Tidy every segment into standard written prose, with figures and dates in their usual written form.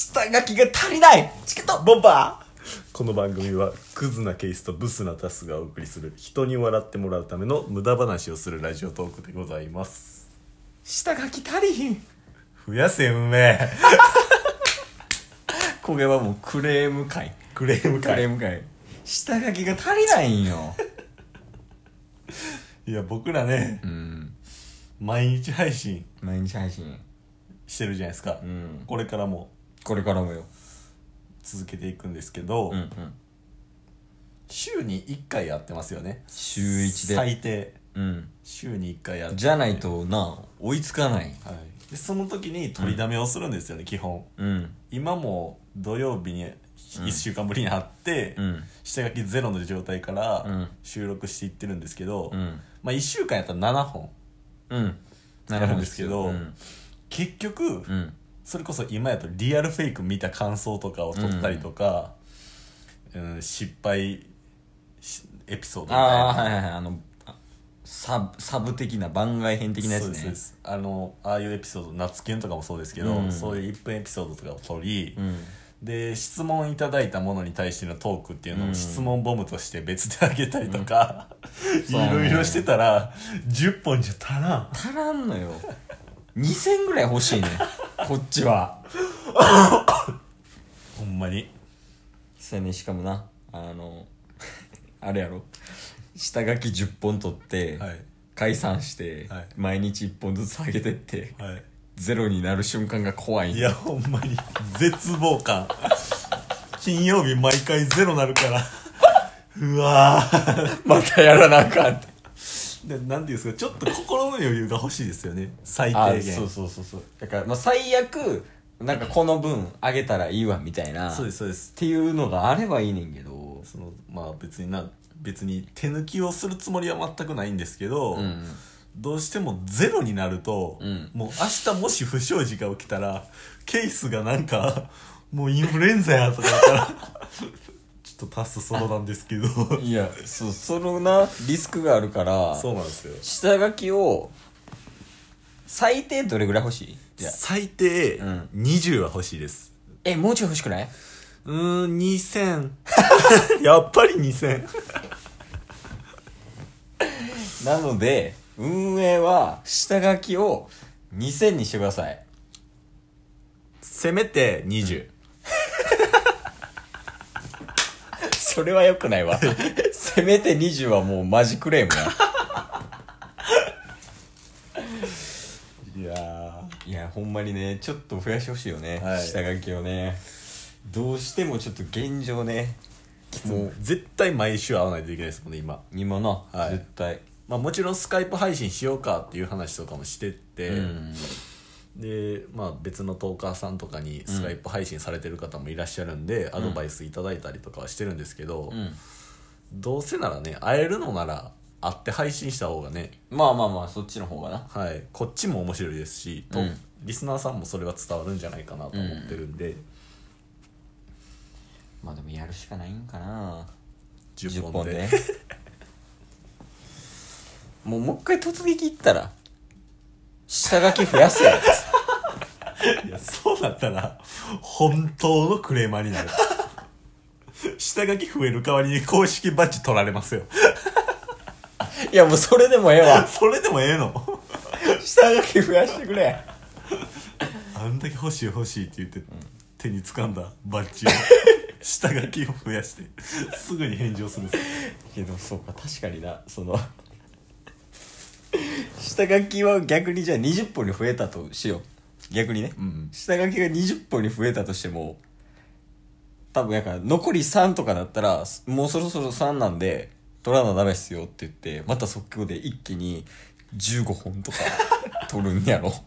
下書きが足りないチケットボンバー。この番組はクズなケースとブスなタスがお送りする人に笑ってもらうための無駄話をするラジオトークでございます。 下書き足りひん。 増やせ運命。 これはもうクレーム会。 クレーム会。 下書きが足りないんよ。 いや僕らね、毎日配信してるじゃないですか、これからもよ続けていくんですけど、週に1回やってますよね。 週1で最低、週に1回やって、 じゃないとな追いつかない、 でその時に取りだめをするんですよね、基本、今も土曜日に1週間ぶりに会って、下書きゼロの状態から収録していってるんですけど、まあ1週間やったら7本やるんですけど、結局、それこそ今やとリアルフェイク見た感想とかを撮ったりとか、失敗エピソードみたいな、 サブ的な番外編的なやつね。 そうです。ああいうエピソード、夏キュンとかもそうですけど、そういう1分エピソードとかを撮り、で質問いただいたものに対してのトークっていうのを質問ボムとして別であげたりとか、いろいろしてたら10本じゃ足らんのよ。2000ぐらい欲しいねこっちは。 ほんまにそうやね。しかもなあれやろ、下書き10本取って、解散して、毎日1本ずつ上げてって、ゼロになる瞬間が怖い。 いやほんまに絶望感。金曜日毎回ゼロなるからうわーまたやらなあかんって。 でなんていうんですか、ちょっと心の余裕が欲しいですよね、最低限。 そうだからまあ最悪なんかこの分あげたらいいわみたいな、 そうですっていうのがあればいいねんけど、 まあ別に手抜きをするつもりは全くないんですけど、どうしてもゼロになると、もう明日もし不祥事が起きたらケースがなんかもうインフルエンザやとかだったらちょっとタスソロなんですけどいやそのなリスクがあるから。 そうなんですよ。 下書きを最低どれぐらい欲しい？じゃあ最低20は欲しいです。 もうちょい欲しくない ？2000 やっぱり2000 なので運営は下書きを2000にしてください。 せめて20 それは良くないわせめて20はもうマジクレームや。いやほんまにね、ちょっと増やしてほしいよね、下書きをね。どうしてもちょっと現状ね、 もう絶対毎週会わないといけないですもんね今な、絶対。 まあもちろんスカイプ配信しようかっていう話とかもしてて、でまあ別のトーカーさんとかにスカイプ配信されてる方もいらっしゃるんで、アドバイスいただいたりとかはしてるんですけど、どうせならね、会えるのなら会って配信した方がね、 まあそっちの方がな、 こっちも面白いですし、リスナーさんもそれは伝わるんじゃないかなと思ってるんで、 まあでもやるしかないんかな。 10本でもう一回突撃行ったら下書き増やせやいやそうなったら本当のクレーマーになる下書き増える代わりに公式バッジ取られますよいやもうそれでもええわそれでもええの下書き増やしてくれ。 あんだけ欲しいって言って、手に掴んだバッジを下書きを増やしてすぐに返事をするんですけどそうか、確かにな、下書きは逆にじゃあ20本に増えたとしよう。逆にね、下書きが20本に増えたとしても、多分やから残り3とかだったらもうそろそろ3なんで取らなダメっすよって言って、また即興で一気に15本とか取るんやろ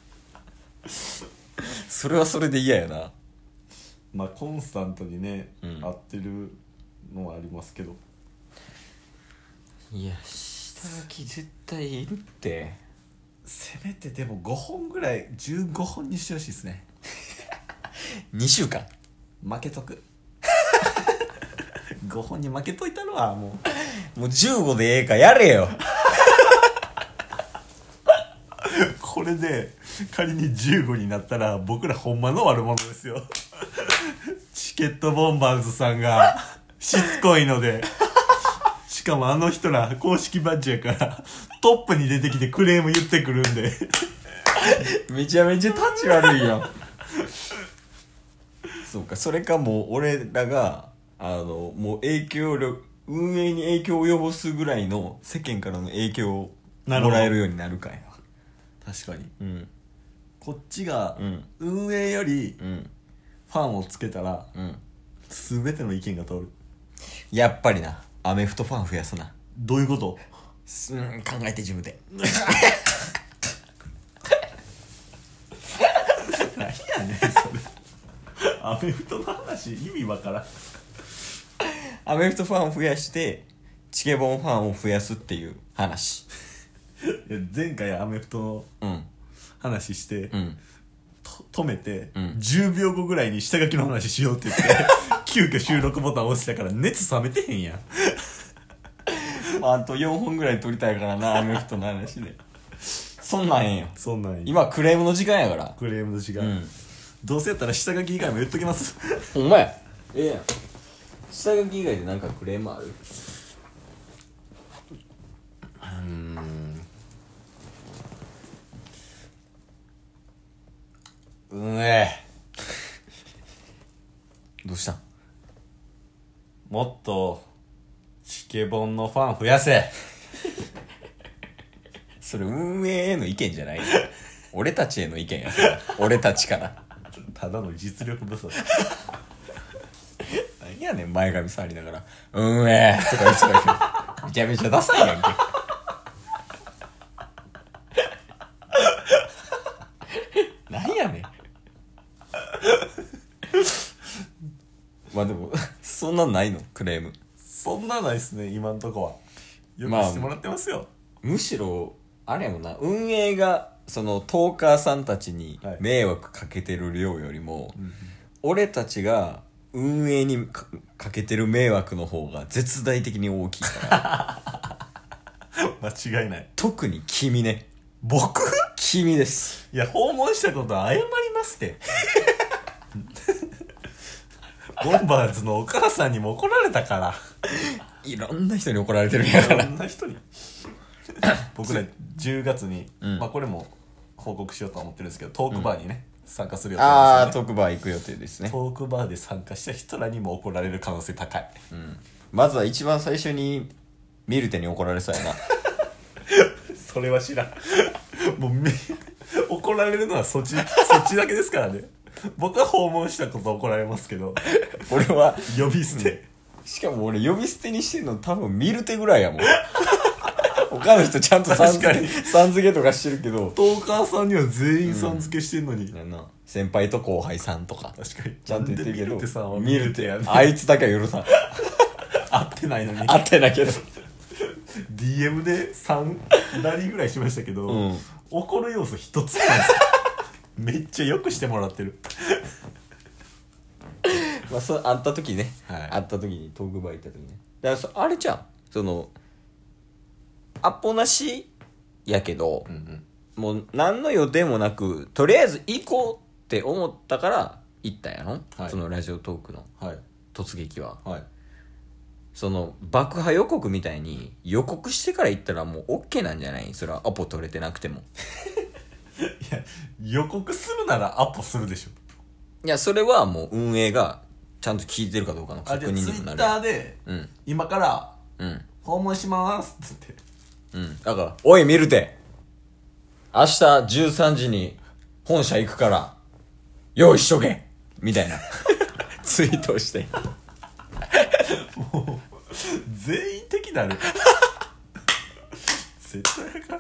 それはそれで嫌やな。 まあコンスタントにね、合ってるのはありますけど、 いや下書き絶対いるって。 せめてでも5本ぐらい15本にしてほしいですね 2週間負けとく5本に負けといたのはもう15でええかやれよこれで仮に15になったら僕らほんまの悪者ですよチケットボンバーズさんがしつこいので、しかもあの人ら公式バッジやからトップに出てきてクレーム言ってくるんでめちゃめちゃタチ悪いやん。そうか、それかもう俺らがもう影響力、運営に影響を及ぼすぐらいの世間からの影響をもらえるようになるかや。 確かに、 うん、 こっちがうん運営よりうん、 ファンをつけたらうん。 全ての意見が通る。 やっぱりな、アメフトファン増やすな。 どういうこと？ 考えて自分で。 何やねんそれ。アメフトの話意味わからん。 アメフトファンを増やしてチケボンファンを増やすっていう話。 いや前回アメフトのうん話して、 うん。 止めて、 うん 10秒後ぐらいに下書きの話しようって言って急遽収録ボタン押したから熱冷めてへんやん。 あと4本ぐらい撮りたいからな、アメフトの話で。そんなんええんよ。 そんなん今クレームの時間やから。 クレームの時間、 うんどうせやったら下書き以外も言っときます。 ほんまや。ええやん。下書き以外でなんかクレームある？どうしたん？ もっとチケボンのファン増やせ。 それ運営への意見じゃないよ。俺たちへの意見や。それ俺たちから。 ただの実力不足。 何やねん、前髪触りながら運営とか言ってたけど、めちゃめちゃダサいやんけ。何やねん。まあでもそんなんないの？クレーム。 そんなないっすね、今んとこは。よくしてもらってますよ。 むしろあれやもんな、運営がそのトーカーさんたちに迷惑かけてる量よりも、俺たちが運営に かけてる迷惑の方が絶大的に大きいから間違いない。 特に君ね。 僕？ 君です。 いや、訪問したことは謝りますってボンバーズのお母さんにも怒られたから。 いろんな人に怒られてるんやかいろら。 んな人に僕ら10月に、 うんまあこれも報告しようとは思ってるんですけど、トークバーにね、参加する予定なんですよね。 トークバー行く予定ですね。 トークバーで参加した人らにも怒られる可能性高い。 まずは一番最初にミルテに怒られそうやな。 それは知らん。もう怒られるのはそっちだけですからね。僕は訪問したこと怒られますけど、 俺は呼び捨て。 しかも俺呼び捨てにしてんの多分ミルテぐらいやもん。他の人ちゃんとさん付けとかしてるけど、 トーカーさんには全員さん付けしてんのに、 先輩と後輩さんとか確かにちゃんと言ってるけど、 ミルテさんはミルテやね。 あいつだけは許さん。 会ってないのに会ってないけど DM で3ラリーぐらいしましたけど、 うん怒る要素一つなんですよ。めっちゃよくしてもらってる。 まあそう会った時ね、 はい会った時にトークバー行った時ね、だからあれじゃん、そのアポなしやけど、もう何の予定もなくとりあえず行こうって思ったから行ったんやろ、 はいそのラジオトークのはい突撃は。 はい。 その爆破予告みたいに予告してから行ったらもう OK なんじゃない？それはアポ取れてなくても。 いや、予告するならアポするでしょ。 いやそれはもう運営がちゃんと聞いてるかどうかの確認にツイッもなる。 ターで、今からうん訪問しますっつって。 だからおい見るて、明日13時に本社行くから用意しとけみたいなツイートをしてもう全員的なる。絶対あかん。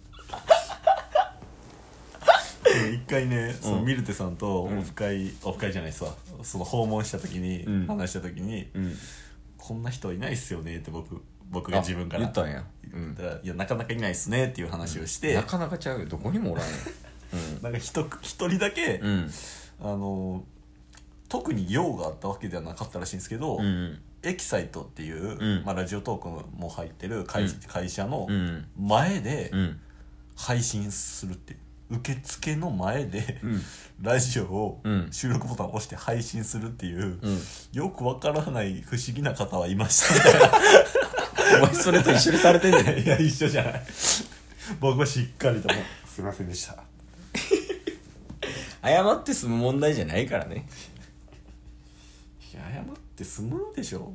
一回ね、そのミルテさんとオフ会じゃないっすわ、その訪問した時に、話した時に、こんな人いないっすよねって僕が自分から言ったんや。 だからいやなかなかいないっすねっていう話をして、 なかなかちゃうよ、どこにもおらんよ。 なんか一人だけ、 うん特に用があったわけではなかったらしいんですけど、 うんエキサイトっていう、 んまあ、ラジオトークも入ってる会社のうん前でうん配信するっていう、 受付の前で、 うんラジオをうん収録ボタンを押して配信するっていう、 うんよくわからない不思議な方はいましたみたいお前それと一緒にされてんねんな。いや一緒じゃない。僕はしっかりともうすいませんでした。 謝って済む問題じゃないからね。 いや謝って済むでしょ。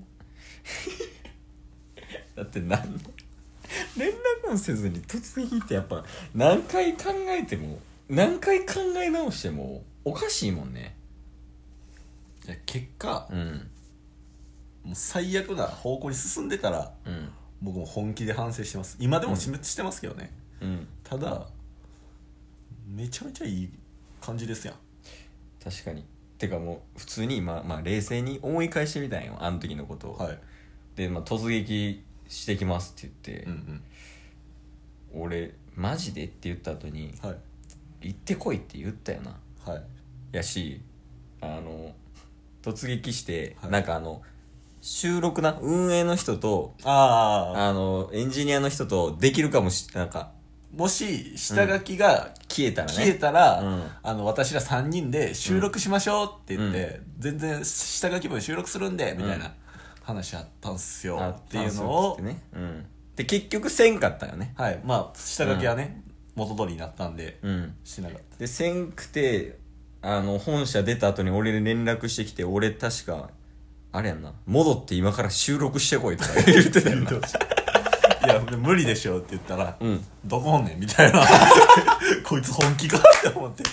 だって連絡もせずに突撃ってやっぱ何回考えても何回考え直してもおかしいもんね。 いや結果、 うんもう最悪な方向に進んでたら、 うん僕も本気で反省してます。今でもしてますけどね。 うんただめちゃめちゃいい感じですやん。 確かに。てかもう普通に今、冷静に思い返してみたんよ、あの時のことを。 はい。 で、突撃してきますって言って、 うん俺マジでって言った後にうん。はい行ってこいって言ったよな。 はいやし突撃して、 はいなんか収録な運営の人とエンジニアの人とできるかもなんかもし下書きが消えたらね消えたら、 うん私ら3人で収録しましょうって言って、全然下書き分収録するんでみたいな話あったんすよ、っていうのをってね、で結局せんかったよね。 はいまあ下書きはね、元通りになったんで、しなかったでせんくて本社出た後に俺に連絡してきて、俺確かあれやんな、戻って今から収録してこいとか言ってたよな。 いや無理でしょって言ったら、 うんどこおんねんみたいなこいつ本気かって思って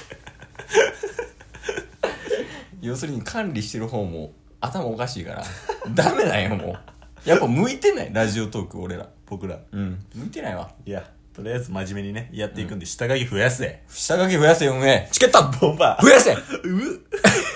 要するに管理してる方も頭おかしいからダメなんよ。もうやっぱ向いてない、ラジオトーク俺ら。 僕ら向いてないわ。 いやとりあえず真面目にねやっていくんで、下書き増やせ下書き増やせよ運営、チケットボンバー増やせう